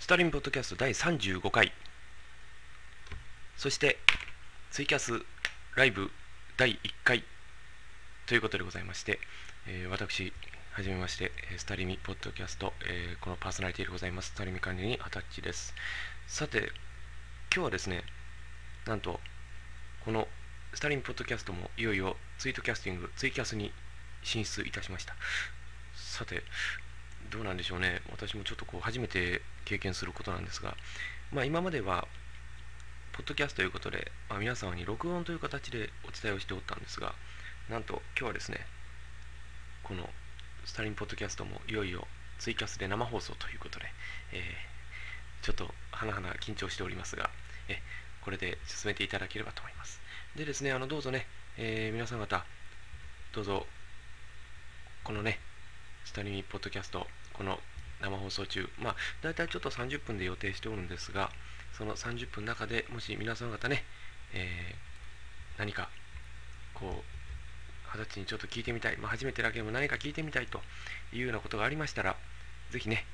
タリンポッドキャスト第35回、そしてツイキャスライブ第1回ということでございまして、私はじめましてスタリミポッドキャスト、このパーソナリティでございますスタリミ管理人アタッチです。さて今日はですね、なんとこのスタリミポッドキャストもいよいよツイートキャスティングツイキャスに進出いたしました。さてどうなんでしょうね。私もちょっと初めて経験することなんですが、今まではポッドキャストということで、皆様に録音という形でお伝えをしておったんですが、なんと今日はですね、このスタリンポッドキャストもいよいよツイキャスで生放送ということで、ちょっとはなはな緊張しておりますが、これで進めていただければと思います。でですね、どうぞね、皆さん方どうぞこのねスタリミポッドキャストこの生放送中、だいたいちょっと30分で予定しておるんですが、その30分の中でもし皆さん方ね、何か二十歳にちょっと聞いてみたい、初めてだけでも何か聞いてみたいというようなことがありましたら、ぜひね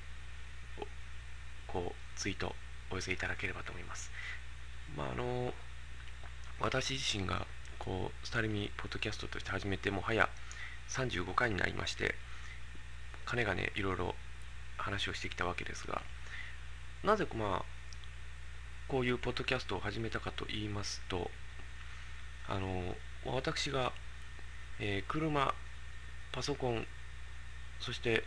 ツイートお寄せいただければと思います。私自身がスタリミポッドキャストとして始めてもはや35回になりまして、かねがねいろいろ話をしてきたわけですが、なぜこういうポッドキャストを始めたかと言いますと、私が、車、パソコン、そして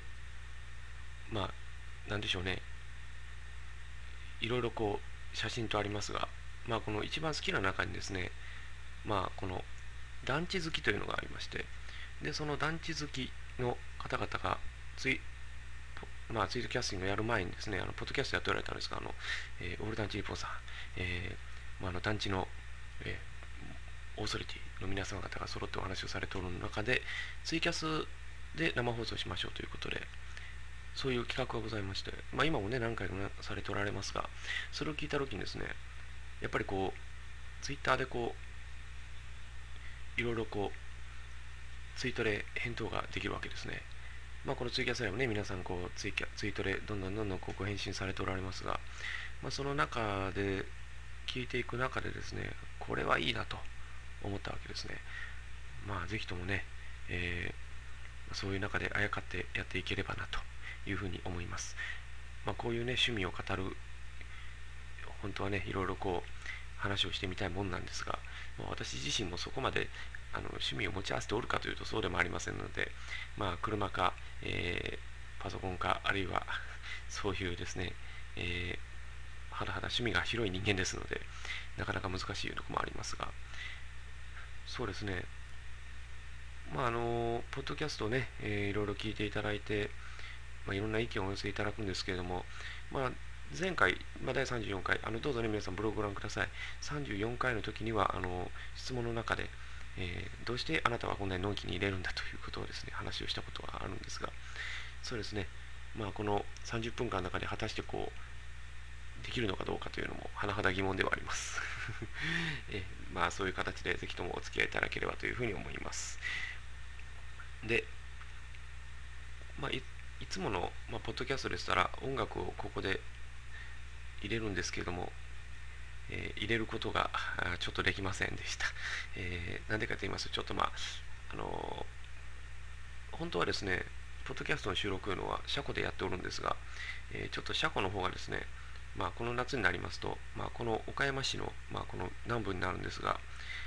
なんでしょうね、いろいろ写真とありますが、この一番好きな中にですね、この団地好きというのがありまして、でその団地好きの方々がツイートキャスティングをやる前にですね、ポッドキャストやっておられたんですが、オール団地リポーさん、団地の、オーソリティの皆様方が揃ってお話をされておる中で、ツイキャスで生放送しましょうということで、そういう企画がございまして、今もね何回もされておられますが、それを聞いた時にですね、やっぱりツイッターでいろいろツイートで返答ができるわけですね。このツイキャスでもね、皆さんツイートでどんどんご返信されておられますが、その中で聞いていく中でですね、これはいいなと思ったわけですね。ぜひともね、そういう中であやかってやっていければなというふうに思います。こういうね趣味を語る、本当はねいろいろ話をしてみたいもんなんですが、私自身もそこまで趣味を持ち合わせておるかというとそうでもありませんので、車か、パソコンか、あるいはそういうですね、はだはだ趣味が広い人間ですので、なかなか難しいところもありますが、そうですね、ポッドキャストをね、いろいろ聞いていただいて、いろんな意見をお寄せいただくんですけれども、前回、第34回、どうぞね、皆さんブログご覧ください。34回の時には、質問の中で、どうしてあなたはこんなにのんきに入れるんだということをですね、話をしたことがあるんですが、そうですね、この30分間の中で果たしてできるのかどうかというのも、甚だ疑問ではあります。そういう形でぜひともお付き合いいただければというふうに思います。で、いつもの、ポッドキャストでしたら音楽をここで入れるんですけれども、入れることがちょっとできませんでした。なんでかと言いますと、ちょっと本当はですね、ポッドキャストの収録というのは車庫でやっておるんですが、ちょっと車庫の方がですね、この夏になりますと、この岡山市の、この南部になるんですが、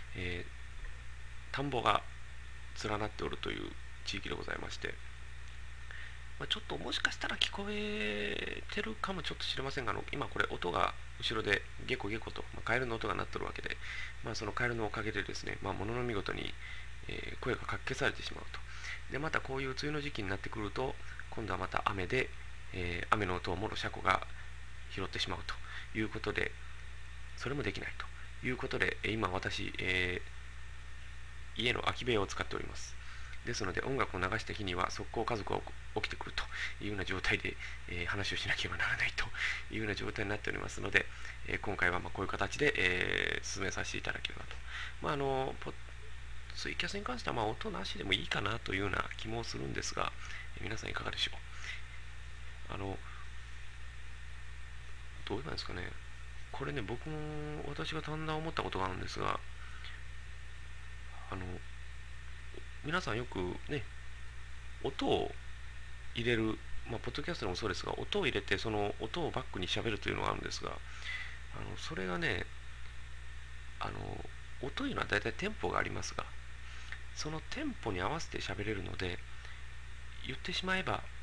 田んぼが連なっておるという地域でございまして、ちょっともしかしたら聞こえてるかもちょっと知れませんが、今これ音が後ろでゲコゲコと、カエルの音が鳴ってるわけで、そのカエルのおかげでですね、ものの見事に、声がかき消されてしまうと。でまたこういう梅雨の時期になってくると、今度はまた雨で、雨の音をもろ車庫が拾ってしまうということで、それもできないということで、今私、家の空き部屋を使っております。ですので音楽を流した日には速攻家族が起きてくるというような状態で、話をしなければならないというような状態になっておりますので、今回はこういう形で、進めさせていただければと。ツイキャスに関しては音なしでもいいかなというような気もするんですが、皆さんいかがでしょう。 どうなんですかね。これね、私がだんだん思ったことがあるんですが、あの、皆さんよくね、音を入れる、ポッドキャストでもそうですが、音を入れて、その音をバックに喋るというのがあるんですが、それがね、あの、音というのは大体テンポがありますが、そのテンポに合わせて喋れるので、言ってしまえば、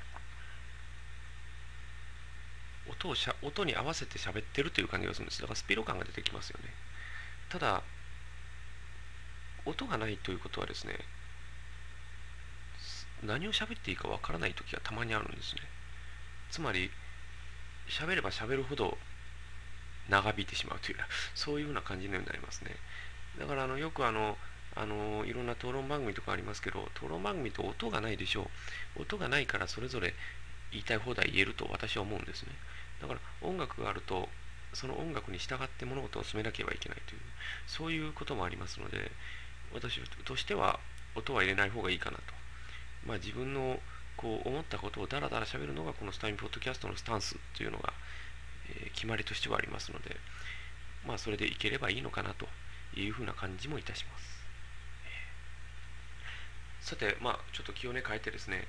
音に合わせて喋ってるという感じがするんです。だからスピード感が出てきますよね。ただ、音がないということはですね、何を喋っていいかわからない時がたまにあるんですね。つまり、喋れば喋るほど長引いてしまうというそういうふうな感じのようになりますね。だからよくいろんな討論番組とかありますけど、討論番組って音がないでしょう。音がないからそれぞれ言いたい放題言えると私は思うんですね。だから音楽があると、その音楽に従って物事を進めなければいけないという、そういうこともありますので、私としては音は入れない方がいいかなと。自分の思ったことをダラダラ喋るのがこのスタイムポッドキャストのスタンスというのが、決まりとしてはありますので、それでいければいいのかなというふうな感じもいたします。さて、ちょっと気をね変えてですね、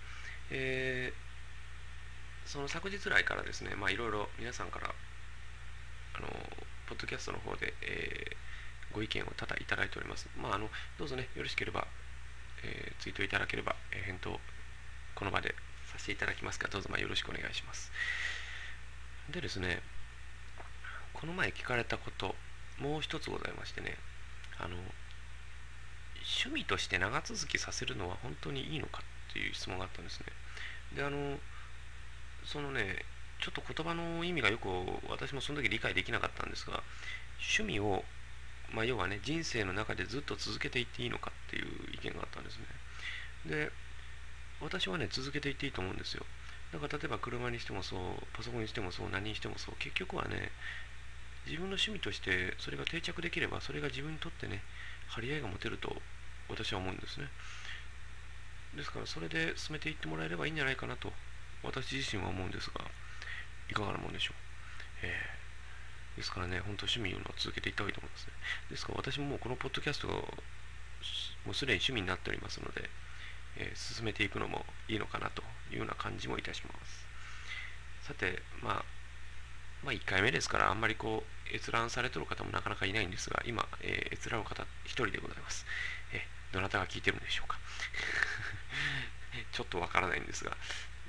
その昨日来からですね、いろいろ皆さんからポッドキャストの方で、ご意見を多々いただいております。どうぞね、よろしければ、ツイートいただければ、返答この場でさせていただきますが、どうぞよろしくお願いします。でですね、この前聞かれたこと、もう一つございましてね、あの、趣味として長続きさせるのは本当にいいのかっていう質問があったんですね。で、そのね、ちょっと言葉の意味がよく私もその時理解できなかったんですが、趣味を、要はね、人生の中でずっと続けていっていいのかっていう意見があったんですね。で、私はね、続けていっていいと思うんですよ。だから例えば車にしてもそう、パソコンにしてもそう、何にしてもそう、結局はね、自分の趣味としてそれが定着できれば、それが自分にとってね、張り合いが持てると私は思うんですね。ですからそれで進めていってもらえればいいんじゃないかなと私自身は思うんですが、いかがなもんでしょう。ですからね、本当趣味を続けていった方がいいと思いますね。ですから私ももうこのポッドキャストがもうすでに趣味になっておりますので、進めていくのもいいのかなというような感じもいたします。さて、1回目ですからあんまり閲覧されてる方もなかなかいないんですが、今、閲覧の方一人でございます。どなたが聞いてるんでしょうか。ちょっとわからないんですが、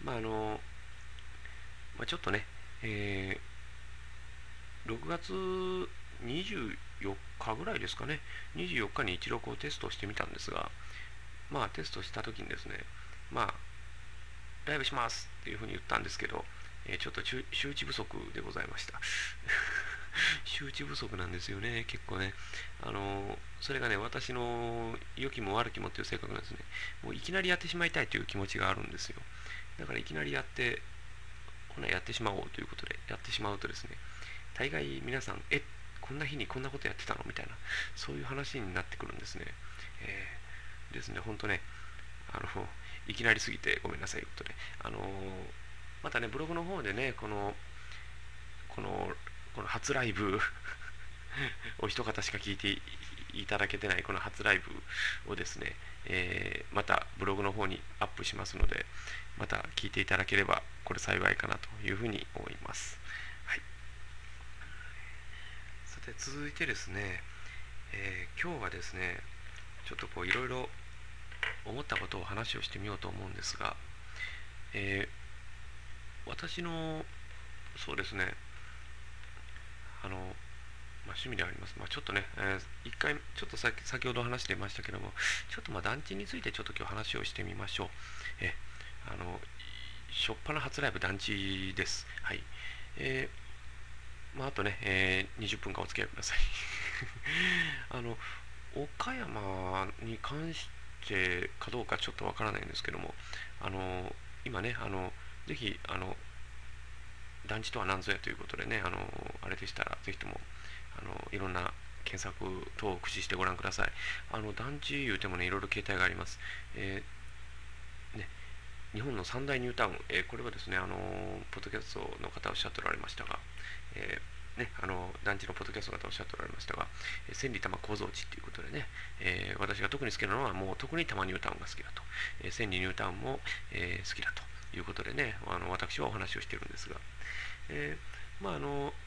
ちょっとね、6月24日ぐらいですかね、24日に一度テストしてみたんですが、テストした時にですね、ライブしますっていうふうに言ったんですけど、ちょっと周知不足でございました。周知不足なんですよね、結構ね。それがね、私の良きも悪きもっていう性格なんですね。もういきなりやってしまいたいという気持ちがあるんですよ。だからいきなりやって、ほなやってしまおうということでやってしまうとですね、大概皆さん、こんな日にこんなことやってたのみたいな、そういう話になってくるんですね。ですね、ほんとね、いきなりすぎてごめんなさいということで、またね、ブログの方でね、この、この初ライブお一方しか聞いていただけてないこの初ライブをですね、またブログの方にアップしますので、また聞いていただければこれ幸いかなというふうに思います。はい。さて続いてですね、今日はですね、ちょっといろいろ思ったことを話をしてみようと思うんですが、私のそうですね、趣味であります。ちょっとね、一回、ちょっと先ほど話していましたけども、ちょっと団地についてちょっと今日話をしてみましょう。初っ端初ライブ団地です。はい。あとね、20分間お付き合いください。岡山に関してかどうかちょっとわからないんですけども、今ね、ぜひ、団地とは何ぞやということでね、あれでしたら、ぜひとも、いろんな検索等を駆使してご覧ください。団地言うてもね、いろいろ形態があります。ね、 日本の三大ニュータウン、これはですね、ポッドキャストの方おっしゃっておられましたが、団地のポッドキャストの方おっしゃっておられましたが、千里多摩構造地ということでね、私が特に好きなのは、もう特に多摩ニュータウンが好きだと、千里ニュータウンも、好きだということでね、私はお話をしているんですが、まあ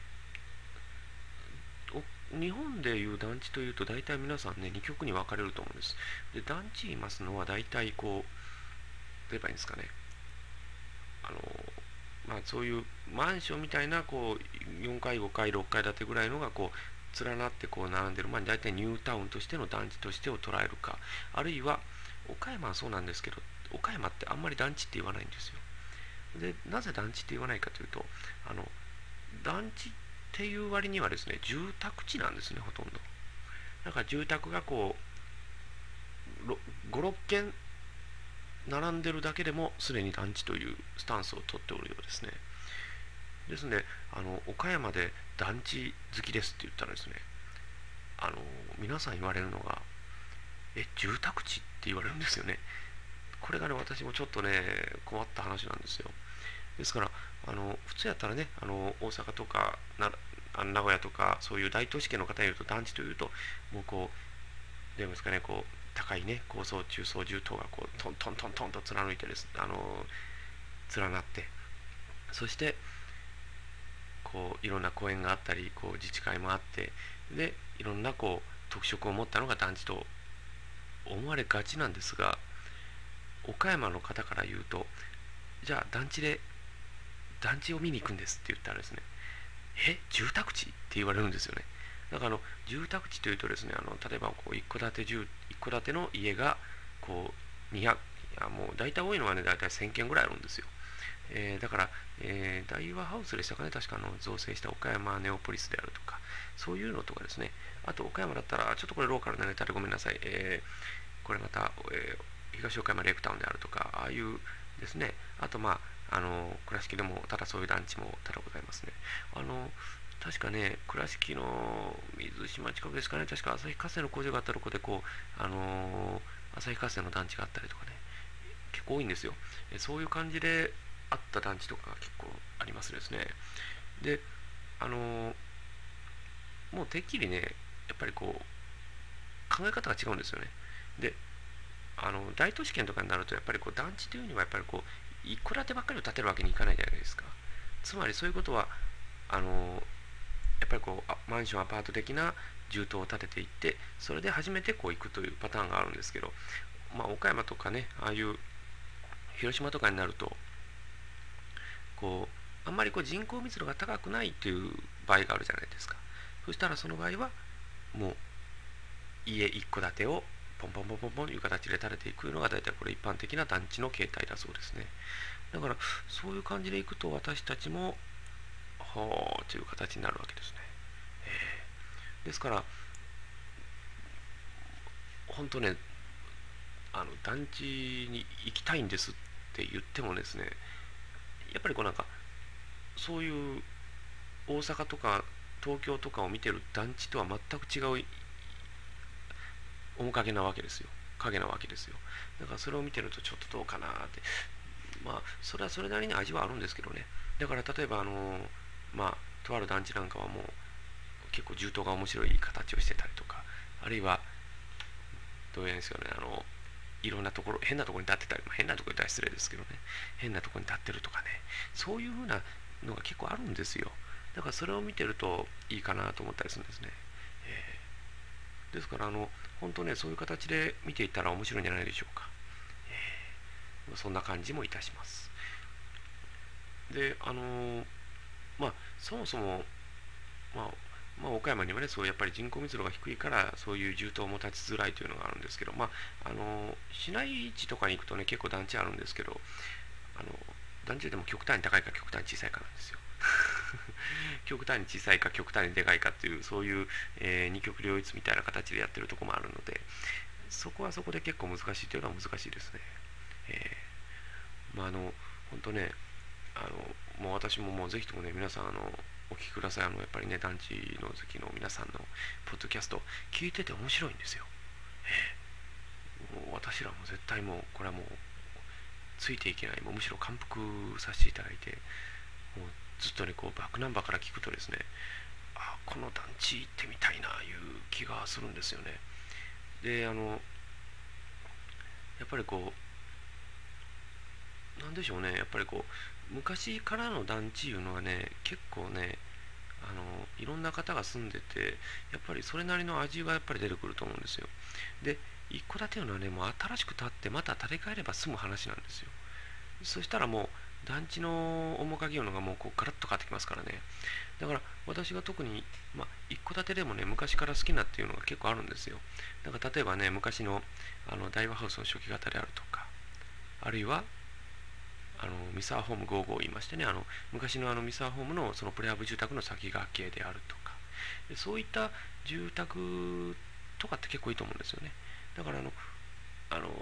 日本でいう団地というと大体皆さんね2極に分かれると思うんです。で団地言いますのは大体こうどう言えばいいんですかね、あのそういうマンションみたいなこう4階5階6階建てぐらいのがこう連なってこう並んでる、大体ニュータウンとしての団地としてを捉えるか、あるいは岡山はそうなんですけど、岡山ってあんまり団地って言わないんですよ。でなぜ団地って言わないかというと、あの団地っていう割にはですね、住宅地なんですね、ほとんど。だから住宅がこう5、6軒並んでるだけでもすでに団地というスタンスをとっておるようですね。ですので、岡山で団地好きですって言ったらですね、皆さん言われるのが、住宅地って言われるんですよね。これがね、私もちょっとね、困った話なんですよ。ですから、普通やったらね、大阪とか名古屋とか、そういう大都市圏の方に言うと、団地というと、もうこう、どう言いますかね、こう、高いね、高層、中層、重棟がこう、トントントントンと貫いてです、連なって、そして、こう、いろんな公園があったり、こう、自治会もあって、で、いろんなこう、特色を持ったのが団地と思われがちなんですが、岡山の方から言うと、じゃあ団地を見に行くんですって言ったらですね、住宅地って言われるんですよね。だから住宅地というとですね、例えばこう一戸建ての家がこう200、いやもう大体多いのはね、大体1000軒ぐらいあるんですよ。だから、大和ハウスでしたかね、確か造成した岡山ネオポリスであるとか、そういうのとかですね、あと岡山だったら、ちょっとこれローカルなネタでごめんなさい、これまた、東岡山レイクタウンであるとか、ああいうですね、あと倉敷でもただそういう団地もただございますね。確かね、倉敷の水島近くですかね、確か旭化成の工場があったところで、こう、旭化成の団地があったりとかね、結構多いんですよ。そういう感じであった団地とかが結構ありますですね。で、あのもうてっきりね、やっぱりこう、考え方が違うんですよね。で、大都市圏とかになると、やっぱりこう団地というには、やっぱりこう、一戸建てばっかりを建てるわけにいかないじゃないですか。つまりそういうことは、やっぱりこう、マンション、アパート的な住棟を建てていって、それで初めてこう行くというパターンがあるんですけど、岡山とかね、ああいう広島とかになると、こあんまりこう人口密度が高くないという場合があるじゃないですか。そしたらその場合は、もう家一戸建てをポンポンポンポンポンという形で建てていくのが大体これ一般的な団地の形態だそうですね。だからそういう感じでいくと私たちもほーという形になるわけですね。ですから本当ね、団地に行きたいんですって言ってもですね、やっぱりこうなんかそういう大阪とか東京とかを見てる団地とは全く違う面影なわけですよ。影なわけですよ。だからそれを見てるとちょっとどうかなって。それはそれなりに味はあるんですけどね。だから例えばとある団地なんかはもう結構重棟が面白い形をしてたりとか、あるいはどういうんですよね、いろんなところ、変なところに立ってたり、変なところに大失礼ですけどね、変なところに立ってるとかね、そういう風なのが結構あるんですよ。だからそれを見てるといいかなと思ったりするんですね。ですから本当ね、そういう形で見ていったら面白いんじゃないでしょうか。そんな感じもいたします。で、そもそも、まあ、岡山にはね、そうやっぱり人口密度が低いから、そういう住棟も建ちづらいというのがあるんですけど、市内地とかに行くとね、結構団地あるんですけど、あの、団地でも極端に高いか極端に小さいかなんですよ。極端に小さいか極端にでかいかっていう、そういう、二極両立みたいな形でやってるところもあるので、そこはそこで結構難しいというのは難しいですね。え本当ね、もう私ももうぜひともね、皆さんお聞きください。やっぱりね、団地の好きの皆さんのポッドキャスト、聞いてて面白いんですよ。もう私らも絶対もう、これはもう、 ついていけない、もうむしろ感服させていただいて、もうずっとねこうバックナンバーから聞くとですね、この団地行ってみたいないう気がするんですよね。でやっぱりこうなんでしょうね、やっぱりこう昔からの団地いうのはね結構ねいろんな方が住んでて、やっぱりそれなりの味がやっぱり出てくると思うんですよ。で一戸建ていうのはね、もう新しく建ってまた建て替えれば済む話なんですよ。そしたらもう団地の面影いうのがもうこうガラッと変わってきますからね。だから私が特に、一戸建てでもね昔から好きなっていうのが結構あるんですよ。だから例えばね、昔の大和ハウスの初期型であるとか、あるいは三沢ホーム55を言いましてね、昔の三沢ホームのそのプレハブ住宅の先駆けであるとか、そういった住宅とかって結構いいと思うんですよね。だからあの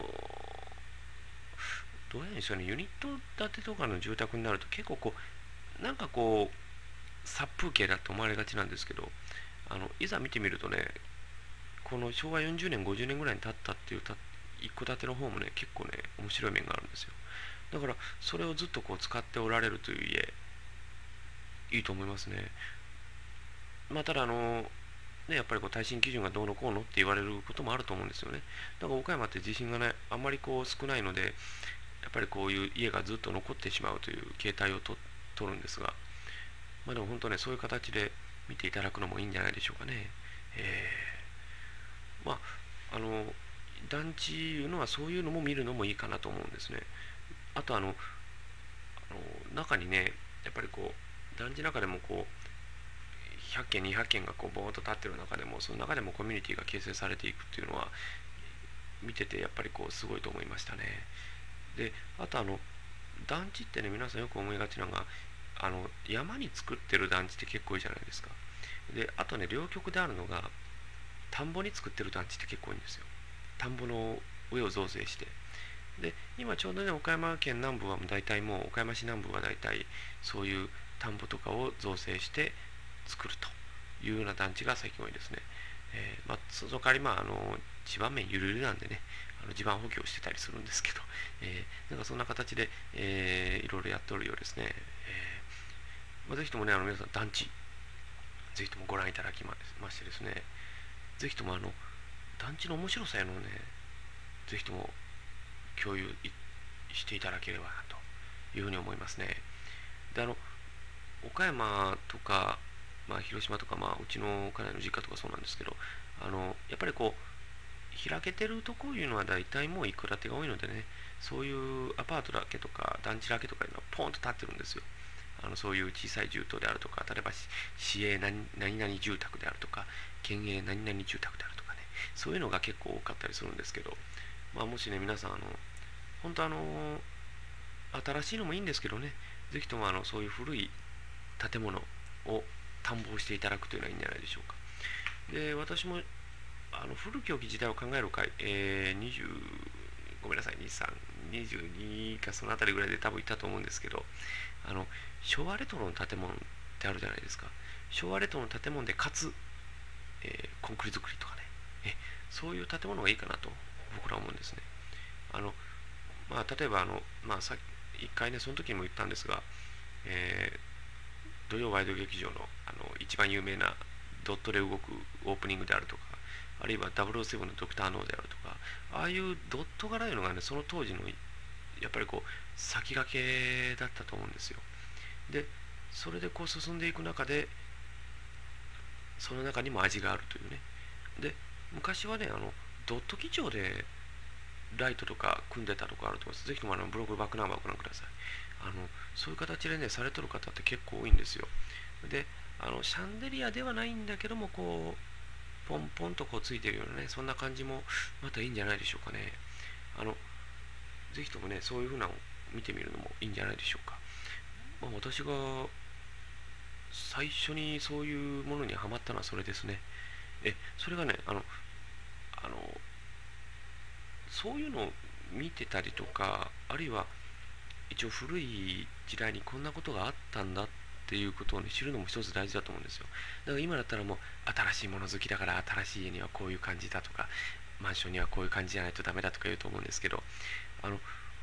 どうやうんでしょうね、ユニット建てとかの住宅になると結構こうなんかこう殺風景だと思われがちなんですけど、いざ見てみるとね、この昭和40年50年ぐらいに建ったっていう一戸建ての方もね結構ね面白い面があるんですよ。だからそれをずっとこう使っておられるという家、いいと思いますね。ただね、やっぱりこう耐震基準がどうのこうのって言われることもあると思うんですよね。だから岡山って地震がねあんまりこう少ないので、やっぱりこういう家がずっと残ってしまうという形態を取るんですが、でも本当ね、そういう形で見ていただくのもいいんじゃないでしょうかね。えー、まああの団地いうのはそういうのも見るのもいいかなと思うんですね。あと中にね、やっぱりこう団地の中でもこう100軒200軒がこうボーンと立ってる中でも、その中でもコミュニティが形成されていくっていうのは見ててやっぱりこうすごいと思いましたね。であと団地ってね、皆さんよく思いがちなのが山に作ってる団地って結構多いじゃないですか。であとね、両極であるのが田んぼに作ってる団地って結構多いんですよ。田んぼの上を造成して、で今ちょうどね、岡山県南部はもう大体もう岡山市南部は大体そういう田んぼとかを造成して作るというような団地が最近多いですね。その代わり地盤面ゆるゆるなんでね、地盤補強してたりするんですけど、なんかそんな形で、いろいろやっておるようですね。ぜひともね、皆さん団地ぜひともご覧いただきましてですね、ぜひとも団地の面白さへのね、ぜひとも共有していただければなというふうに思いますね。で岡山とか、広島とか、うちの家内の実家とかそうなんですけど、やっぱりこう開けてるとこいうのは大体もういくら手が多いのでね、そういうアパートだけとか団地だけとかいうのはポンと立ってるんですよ。そういう小さい住棟であるとか、例えば市営何々住宅であるとか、県営何々住宅であるとかね、そういうのが結構多かったりするんですけど、もしね、皆さん、本当新しいのもいいんですけどね、ぜひともそういう古い建物を探訪していただくというのはいいんじゃないでしょうか。で、私も古き良き時代を考える会、20、ごめんなさい、23、22かそのあたりぐらいで多分行ったと思うんですけど、昭和レトロの建物ってあるじゃないですか。昭和レトロの建物でかつ、コンクリ作りとかね、そういう建物がいいかなと僕らは思うんですね。あの例えばさ一回ね、その時にも言ったんですが、え土曜ワイド劇場の一番有名なドットで動くオープニングであるとか、あるいは007のドクター・ノーであるとか、ああいうドット柄いうのがね、その当時のやっぱりこう先駆けだったと思うんですよ。でそれでこう進んでいく中で、その中にも味があるというね。で昔はね、ドット基調でライトとか組んでたとこあると思います。ぜひともブログバックナンバーをご覧ください。そういう形でね、されてる方って結構多いんですよ。で、シャンデリアではないんだけども、こう、ポンポンとこうついてるようなね、そんな感じもまたいいんじゃないでしょうかね。ぜひともね、そういう風なのを見てみるのもいいんじゃないでしょうか。私が最初にそういうものにハマったのはそれですね。それがね、あの、そういうのを見てたりとか、あるいは一応古い時代にこんなことがあったんだっていうことを、ね、知るのも一つ大事だと思うんですよ。だから今だったらもう新しいもの好きだから新しい家にはこういう感じだとか、マンションにはこういう感じじゃないとダメだとか言うと思うんですけど、あの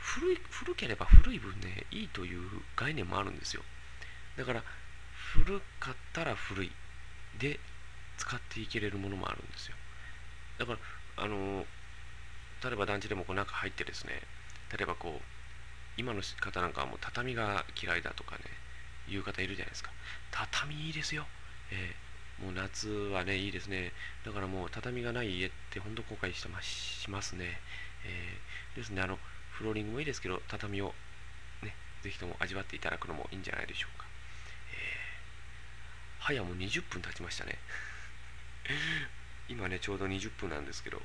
古ければ古い分ね、いいという概念もあるんですよ。だから、古かったら古いで使っていけれるものもあるんですよ。だから、例えば団地でもこう中入ってですね、例えばこう、今の方なんかはもう畳が嫌いだとかね、いう方いるじゃないですか。畳いいですよ。もう夏はね、いいですね。だからもう畳がない家って本当後悔しますね。ですね、フローリングもいいですけど、畳をね、ぜひとも味わっていただくのもいいんじゃないでしょうか。早もう20分経ちましたね。今ね、ちょうど20分なんですけど、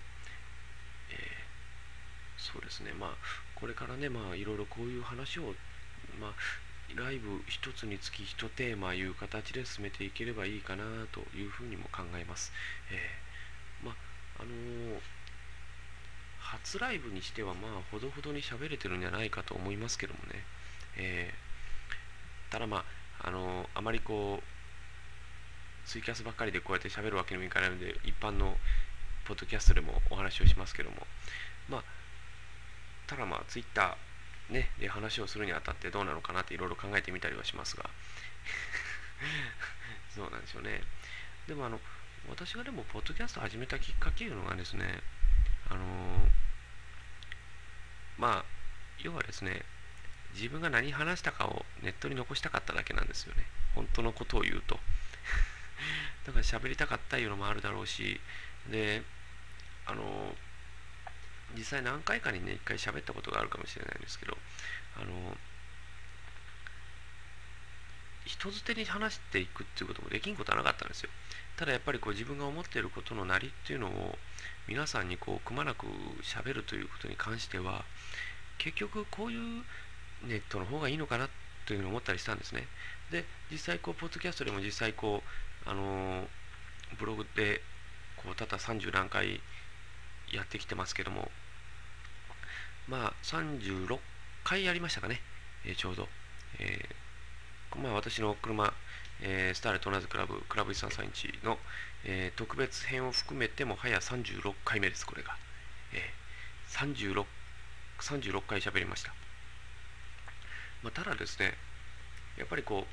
そうですね、まあ、これからね、まあ、いろいろこういう話を、まあ、ライブ一つにつき一テーマいう形で進めていければいいかなというふうにも考えます。まあ、あのー初ライブにしては、まあ、ほどほどに喋れてるんじゃないかと思いますけどもね。ただまあ、あまりこう、ツイキャスばっかりでこうやって喋るわけにもいかないので、一般のポッドキャストでもお話をしますけども、まあ、ただまあ、ツイッター、ね、で話をするにあたってどうなのかなっていろいろ考えてみたりはしますが、そうなんですよね。でも私がでも、ポッドキャストを始めたきっかけいうのがですね、あのーまあ、要はですね、自分が何話したかをネットに残したかっただけなんですよね。本当のことを言うと。だから喋りたかったいうのもあるだろうし、で、あのー実際何回かにね、一回喋ったことがあるかもしれないんですけど、あのー人づてに話していくっていうこともできんことはなかったんですよ。ただやっぱりこう自分が思っていることのなりっていうのを皆さんにこうくまなく喋るということに関しては、結局こういうネットの方がいいのかなというふうに思ったりしたんですね。で、実際こうポッドキャストでも実際こうブログでこうただ30何回やってきてますけども、まあ36回やりましたかね、ちょうど、えまあ、私の車、スターレット同じクラブ1331の、特別編を含めてもはや36回目です、これが。36、36回喋りました。まあ、ただですね、やっぱりこう、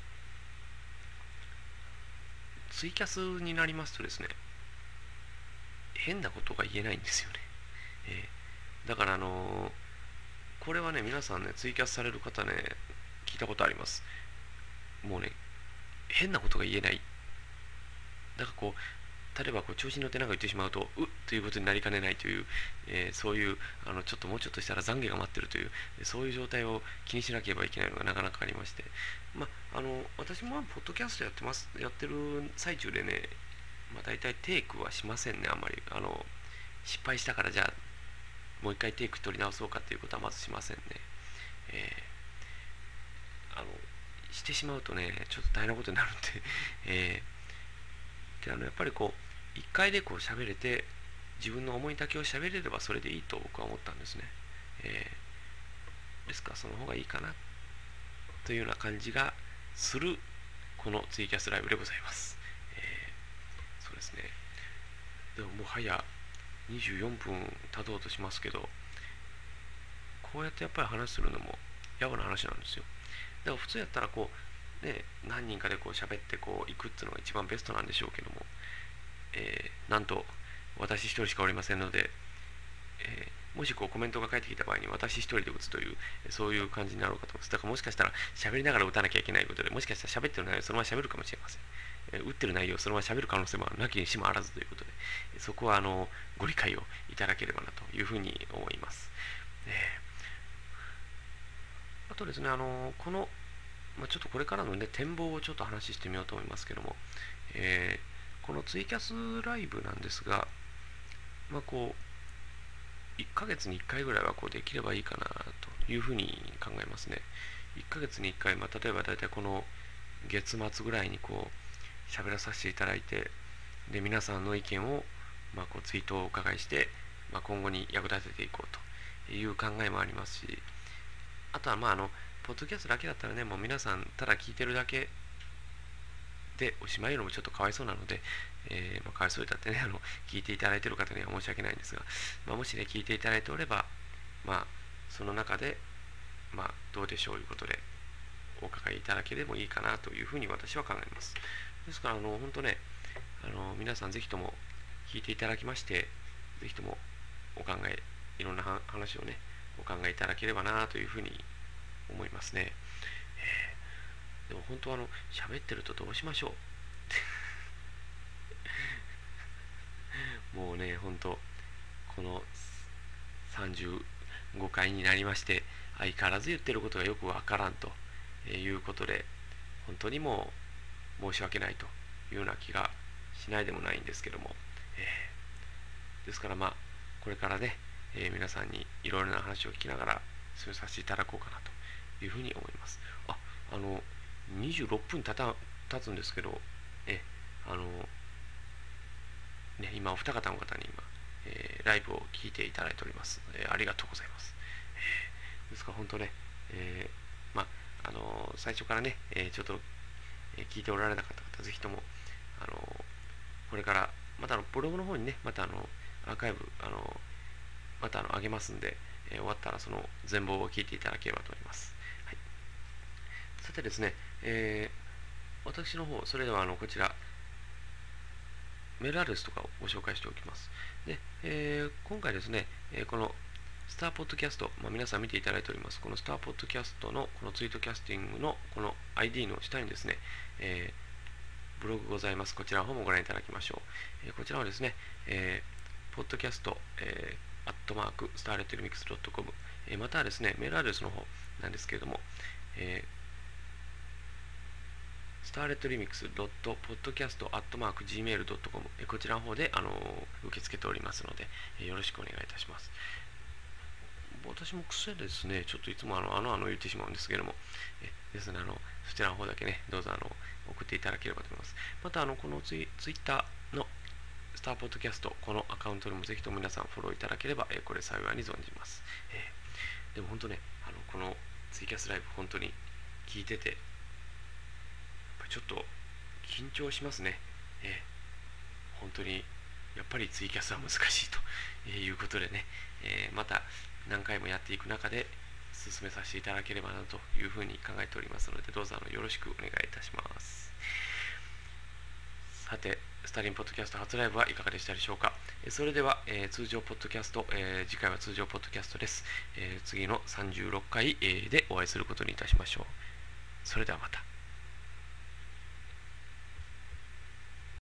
ツイキャスになりますとですね、変なことが言えないんですよね。だからこれはね、皆さんね、ツイキャスされる方ね、聞いたことあります。もうね、変なことが言えない。だからこう、例えばこう調子に乗ってなんか言ってしまうと、ということになりかねないという、そういうちょっともうちょっとしたら懺悔が待ってるという、そういう状態を気にしなければいけないのがなかなかありまして、まあ、私もポッドキャストやってる最中でね、まあ、大体テイクはしませんね、あんまり。失敗したからじゃあ、もう一回テイク取り直そうかっていうことはまずしませんね。えしてしまうとね、ちょっと大変なことになるんで、やっぱりこう、一回でこう喋れて、自分の思いだけを喋れればそれでいいと僕は思ったんですね。ですからその方がいいかなというような感じがするこのツイキャスライブでございます。そうですね。でももはや24分経とうとしますけど、こうやってやっぱり話するのもやばな話なんですよ。だから普通やったらこう、ね、何人かでこう喋ってこう行くっていうのが一番ベストなんでしょうけども、なんと私一人しかおりませんので、もしこうコメントが返ってきた場合に私一人で打つという、そういう感じになろうかと思います。だからもしかしたら喋りながら打たなきゃいけないことで、もしかしたら喋ってる内容をそのまま喋るかもしれません。打ってる内容をそのまま喋る可能性もなきにしもあらずということで、そこはご理解をいただければなというふうに思います。あとですね、ちょっとこれからのね、展望をちょっと話してみようと思いますけども、このツイキャスライブなんですが、こう、1ヶ月に1回ぐらいはこうできればいいかなというふうに考えますね。1ヶ月に1回、例えば大体この月末ぐらいにこう、喋らさせていただいて、で、皆さんの意見を、こうツイートをお伺いして、今後に役立てていこうという考えもありますし、あとはポッドキャストだけだったらね、もう皆さんただ聞いてるだけでおしまいのもちょっとかわいそうなので、かわいそうだってね、聞いていただいている方には申し訳ないんですが、もしね、聞いていただいておれば、その中で、 どうでしょうということでお伺いいただければいいかなというふうに私は考えます。ですから本当ね、皆さんぜひとも聞いていただきまして、ぜひともお考え、いろんな話をね、お考えいただければなというふうに思いますね。でも本当喋ってるとどうしましょう。もうね、本当この35回になりまして、相変わらず言ってることがよくわからんということで、本当にもう申し訳ないというような気がしないでもないんですけども、ですからこれからね、皆さんにいろいろな話を聞きながら進めさせていただこうかなというふうに思います。26分経つんですけど、あのね、今お二方の方にライブを聞いていただいております。ありがとうございます。ですから本当ね、最初からね、ちょっと、聞いておられなかった方、ぜひとも、これからまたブログの方にね、またアーカイブまた上げますんで、終わったらその全貌を聞いていただければと思います。はい、さてですね、私の方、それではこちら、メールアドレスとかをご紹介しておきます。で、今回ですね、このスターポッドキャスト、皆さん見ていただいております、このスターポッドキャストのこのツイートキャスティングのこの ID の下にですね、ブログございます。こちらの方もご覧いただきましょう。こちらはですね、ポッドキャスト、アットマーク、スターレットリミックス .com、またはですね、メールアドレスの方なんですけれども、スターレットリミックス .podcast.gmail.com、 こちらの方で、受け付けておりますので、よろしくお願いいたします。私も癖ですね、ちょっといつも言ってしまうんですけども、ですね、そちらの方だけね、どうぞ送っていただければと思います。また、このツイッターのスターポッドキャスト、このアカウントにもぜひとも皆さんフォローいただければ、これ幸いに存じます。でも本当ね、このツイキャスライブ、本当に聞いてて、やっぱりちょっと緊張しますね。本当に、やっぱりツイキャスは難しいということでね、また何回もやっていく中で進めさせていただければなというふうに考えておりますので、どうぞよろしくお願いいたします。さて、スタリンポッドキャスト初ライブはいかがでしたでしょうか。それでは、通常ポッドキャスト、次回は通常ポッドキャストです。次の36回、でお会いすることにいたしましょう。それではまた。